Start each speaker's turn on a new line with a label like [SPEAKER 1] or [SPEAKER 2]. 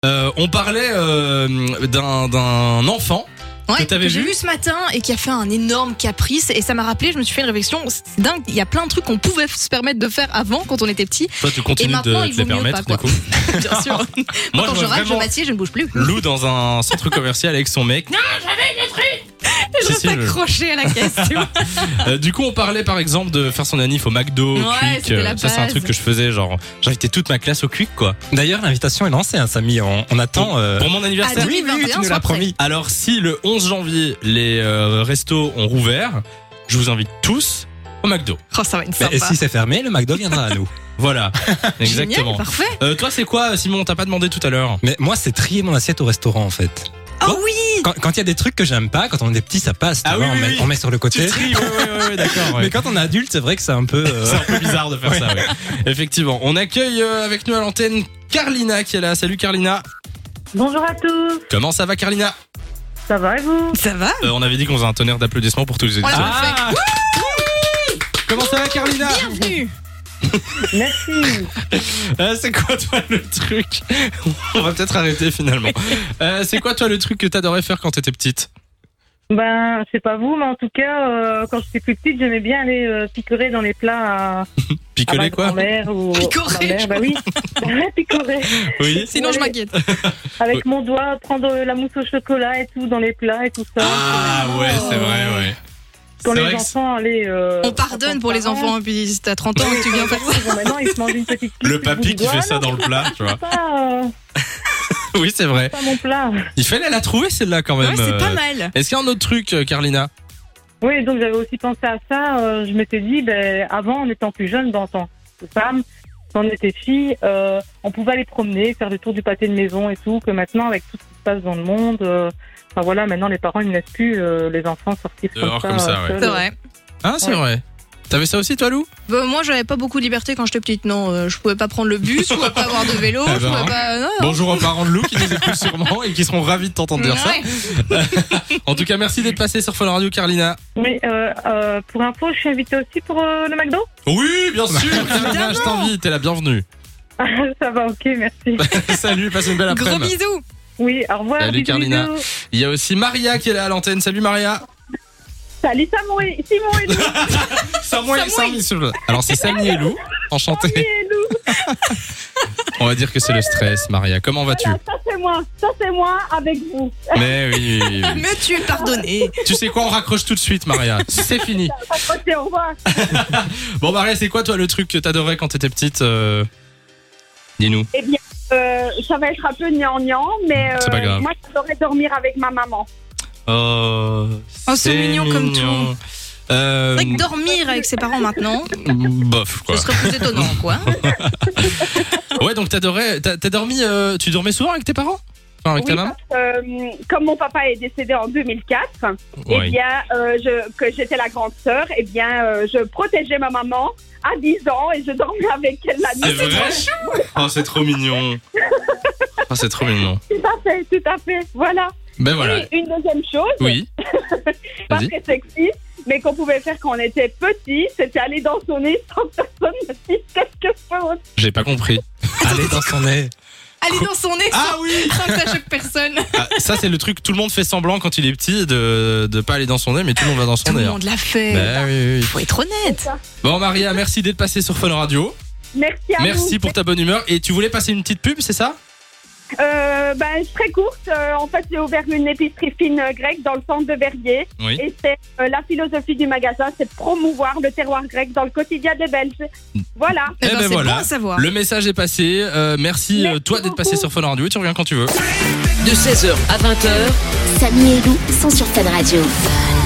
[SPEAKER 1] On parlait d'un enfant que t'avais
[SPEAKER 2] j'ai vu ce matin et qui a fait un énorme caprice et ça m'a rappelé, je me suis fait une réflexion, c'est dingue, il y a plein de trucs qu'on pouvait se permettre de faire avant quand on était petit.
[SPEAKER 1] Toi tu continues de te les permettre du coup.
[SPEAKER 2] Bien sûr. Moi quand je rate, je m'assieds, je ne bouge plus.
[SPEAKER 1] Lou dans un centre commercial avec son mec. Non, j'avais une truc.
[SPEAKER 2] Et je reste accroché à la caisse, tu vois.
[SPEAKER 1] Du coup on parlait par exemple de faire son anniv au McDo, Quick, ça c'est un truc que je faisais, genre j'invitais toute ma classe au Quick quoi.
[SPEAKER 3] D'ailleurs l'invitation est lancée hein, Samy, on attend
[SPEAKER 1] pour mon anniversaire.
[SPEAKER 2] Oui,
[SPEAKER 3] tu nous l'as promis.
[SPEAKER 1] Alors si le 11 janvier les restos ont rouvert, je vous invite tous au McDo.
[SPEAKER 2] Oh ça va être sympa.
[SPEAKER 3] Et si c'est fermé, le McDo viendra à nous.
[SPEAKER 1] Voilà, exactement.
[SPEAKER 2] Génial, parfait.
[SPEAKER 1] Toi c'est quoi Simon, t'as pas demandé tout à l'heure?
[SPEAKER 3] Mais moi c'est trier mon assiette au restaurant en fait.
[SPEAKER 2] Oh oui.
[SPEAKER 3] Quand il y a des trucs que j'aime pas, quand on est petit ça passe,
[SPEAKER 1] Ah
[SPEAKER 3] tu vois,
[SPEAKER 1] oui,
[SPEAKER 3] on met sur le côté.
[SPEAKER 1] Tu tries, ouais, d'accord. Ouais.
[SPEAKER 3] Mais quand on est adulte, c'est vrai que c'est un peu
[SPEAKER 1] c'est un peu bizarre de faire ça. Ouais. Effectivement, on accueille avec nous à l'antenne Carlina qui est là. Salut Carlina.
[SPEAKER 4] Bonjour à tous.
[SPEAKER 1] Comment ça va Carlina?
[SPEAKER 4] Ça va et vous?
[SPEAKER 2] Ça va.
[SPEAKER 1] On avait dit qu'on faisait un tonnerre d'applaudissements pour tous les auditeurs.
[SPEAKER 2] Ah.
[SPEAKER 1] Comment ça va Carlina?
[SPEAKER 2] Bienvenue.
[SPEAKER 4] Merci.
[SPEAKER 1] C'est quoi toi le truc? On va peut-être arrêter finalement. C'est quoi toi le truc que t'adorais faire quand t'étais petite?
[SPEAKER 4] Ben, c'est pas vous, mais en tout cas, quand j'étais plus petite, j'aimais bien aller picorer dans les plats.
[SPEAKER 1] Picoler
[SPEAKER 4] à
[SPEAKER 1] quoi?
[SPEAKER 4] grand-mère ou
[SPEAKER 2] Picorer,
[SPEAKER 4] à ma mère, bah oui. Picorer.
[SPEAKER 1] Oui.
[SPEAKER 2] Sinon je m'inquiète.
[SPEAKER 4] Avec mon doigt, prendre la mousse au chocolat et tout dans les plats et tout ça.
[SPEAKER 1] Ah ouais, c'est vrai, ouais.
[SPEAKER 4] Quand
[SPEAKER 1] C'est
[SPEAKER 4] les
[SPEAKER 1] vrai
[SPEAKER 4] enfants allaient...
[SPEAKER 2] On pardonne pour les enfants, et puis si t'as 30 ans et que tu viens faire ça.
[SPEAKER 4] Bon, maintenant, ils se mangent une petite
[SPEAKER 1] Le
[SPEAKER 4] pipe,
[SPEAKER 1] papy
[SPEAKER 4] ils
[SPEAKER 1] qui
[SPEAKER 4] disent,
[SPEAKER 1] fait
[SPEAKER 4] ah,
[SPEAKER 1] ça
[SPEAKER 4] non,
[SPEAKER 1] dans le plat, tu vois. Oui, c'est vrai.
[SPEAKER 4] Pas mon plat.
[SPEAKER 1] Il fallait la trouver celle-là quand même.
[SPEAKER 2] Ouais, c'est pas mal.
[SPEAKER 1] Est-ce qu'il y a un autre truc, Carlina?
[SPEAKER 4] Oui, donc j'avais aussi pensé à ça. Je m'étais dit, avant, en étant plus jeune, dans tant que femme, quand on était fille, on pouvait aller promener, faire le tour du pâté de maison et tout, que maintenant, avec tout ce qui se passe dans le monde, enfin voilà, maintenant les parents ils ne laissent plus les enfants sortir
[SPEAKER 1] Dehors
[SPEAKER 4] comme ça.
[SPEAKER 1] ouais.
[SPEAKER 2] C'est vrai.
[SPEAKER 1] Ah, c'est vrai. T'avais ça aussi toi Lou?
[SPEAKER 2] Moi j'avais pas beaucoup de liberté quand j'étais petite, non. Je pouvais pas prendre le bus, je pouvais pas avoir de vélo,
[SPEAKER 1] Eh
[SPEAKER 2] je
[SPEAKER 1] ben,
[SPEAKER 2] pouvais pas. Non.
[SPEAKER 1] Bonjour aux parents de Lou qui nous écoutent sûrement et qui seront ravis de t'entendre dire
[SPEAKER 2] Ouais.
[SPEAKER 1] ça. En tout cas, merci d'être passé sur Fun Radio, Carlina.
[SPEAKER 4] Oui, pour info, je suis invitée aussi pour le McDo.
[SPEAKER 1] Oui, bien sûr, Carlina, je t'invite, t'es la bienvenue.
[SPEAKER 4] Ça va, ok, merci.
[SPEAKER 1] Salut, passe une belle
[SPEAKER 2] Gros
[SPEAKER 1] après-midi.
[SPEAKER 2] bisous.
[SPEAKER 4] Oui, au revoir.
[SPEAKER 1] Salut
[SPEAKER 4] bisous,
[SPEAKER 1] Carlina.
[SPEAKER 4] bisous.
[SPEAKER 1] Il y a aussi Maria qui est là à l'antenne. Salut Maria.
[SPEAKER 4] Salut Simon et Lou.
[SPEAKER 1] Alors c'est Samy et Lou. Enchanté.
[SPEAKER 4] Salut et Lou.
[SPEAKER 1] On va dire que c'est le stress, Maria. Comment vas-tu?
[SPEAKER 4] Voilà, ça c'est moi avec vous.
[SPEAKER 1] Mais oui.
[SPEAKER 2] Mais tu es pardonné.
[SPEAKER 1] Tu sais quoi, on raccroche tout de suite, Maria. C'est fini.
[SPEAKER 4] Ok, au revoir.
[SPEAKER 1] Bon, Maria, c'est quoi toi le truc que t'adorais quand t'étais petite? Dis-nous.
[SPEAKER 5] Eh bien, ça va être un peu gnangnan, mais
[SPEAKER 1] C'est pas grave.
[SPEAKER 5] moi, j'adorais dormir avec ma maman.
[SPEAKER 1] Oh,
[SPEAKER 2] c'est mignon comme tout. C'est vrai que
[SPEAKER 1] Euh,
[SPEAKER 2] dormir avec ses parents maintenant,
[SPEAKER 1] bof, quoi.
[SPEAKER 2] ce serait plus étonnant, quoi.
[SPEAKER 1] Ouais, donc t'as dormi, tu dormais souvent avec tes parents? Enfin, avec ta maman?
[SPEAKER 5] Parce que, comme mon papa est décédé en 2004,
[SPEAKER 1] Oui.
[SPEAKER 5] eh bien, que j'étais la grande sœur, eh bien, je protégeais ma maman à 10 ans et je dormais avec elle la nuit.
[SPEAKER 1] C'est vrai? Oh, c'est trop mignon. Oh, c'est trop mignon.
[SPEAKER 5] Tout à fait, voilà.
[SPEAKER 1] Ben voilà.
[SPEAKER 5] Et une deuxième chose,
[SPEAKER 1] Oui.
[SPEAKER 5] pas
[SPEAKER 1] Vas-y.
[SPEAKER 5] très sexy, mais qu'on pouvait faire quand on était petit, c'était aller dans son nez sans que personne ne dise quelque chose.
[SPEAKER 1] J'ai pas compris.
[SPEAKER 3] aller dans son nez.
[SPEAKER 2] Aller dans son nez
[SPEAKER 1] Ah oui!
[SPEAKER 2] sans que ça choque personne.
[SPEAKER 1] Ah, ça, c'est le truc que tout le monde fait semblant quand il est petit de pas aller dans son nez, mais tout le monde va dans son
[SPEAKER 2] Tout
[SPEAKER 1] nez.
[SPEAKER 2] le
[SPEAKER 1] hein.
[SPEAKER 2] monde l'a fait.
[SPEAKER 1] Ben oui.
[SPEAKER 2] Faut être honnête.
[SPEAKER 1] Bon, Maria, merci d'être passée sur Fun Radio.
[SPEAKER 5] Merci à vous.
[SPEAKER 1] Merci pour ta bonne humeur. Et tu voulais passer une petite pub, c'est ça?
[SPEAKER 5] Très courte. En fait, j'ai ouvert une épicerie fine grecque dans le centre de Verrier.
[SPEAKER 1] Oui.
[SPEAKER 5] Et c'est la philosophie du magasin, c'est de promouvoir le terroir grec dans le quotidien des Belges. Voilà.
[SPEAKER 2] Eh ben,
[SPEAKER 1] ben
[SPEAKER 2] c'est
[SPEAKER 1] voilà.
[SPEAKER 2] bon à savoir.
[SPEAKER 1] Le message est passé. Merci,
[SPEAKER 5] Merci
[SPEAKER 1] toi d'être passé
[SPEAKER 5] beaucoup.
[SPEAKER 1] sur Fun Radio et tu reviens quand tu veux.
[SPEAKER 6] De 16h à 20h,
[SPEAKER 7] Samy et Lou sont sur Fun Radio.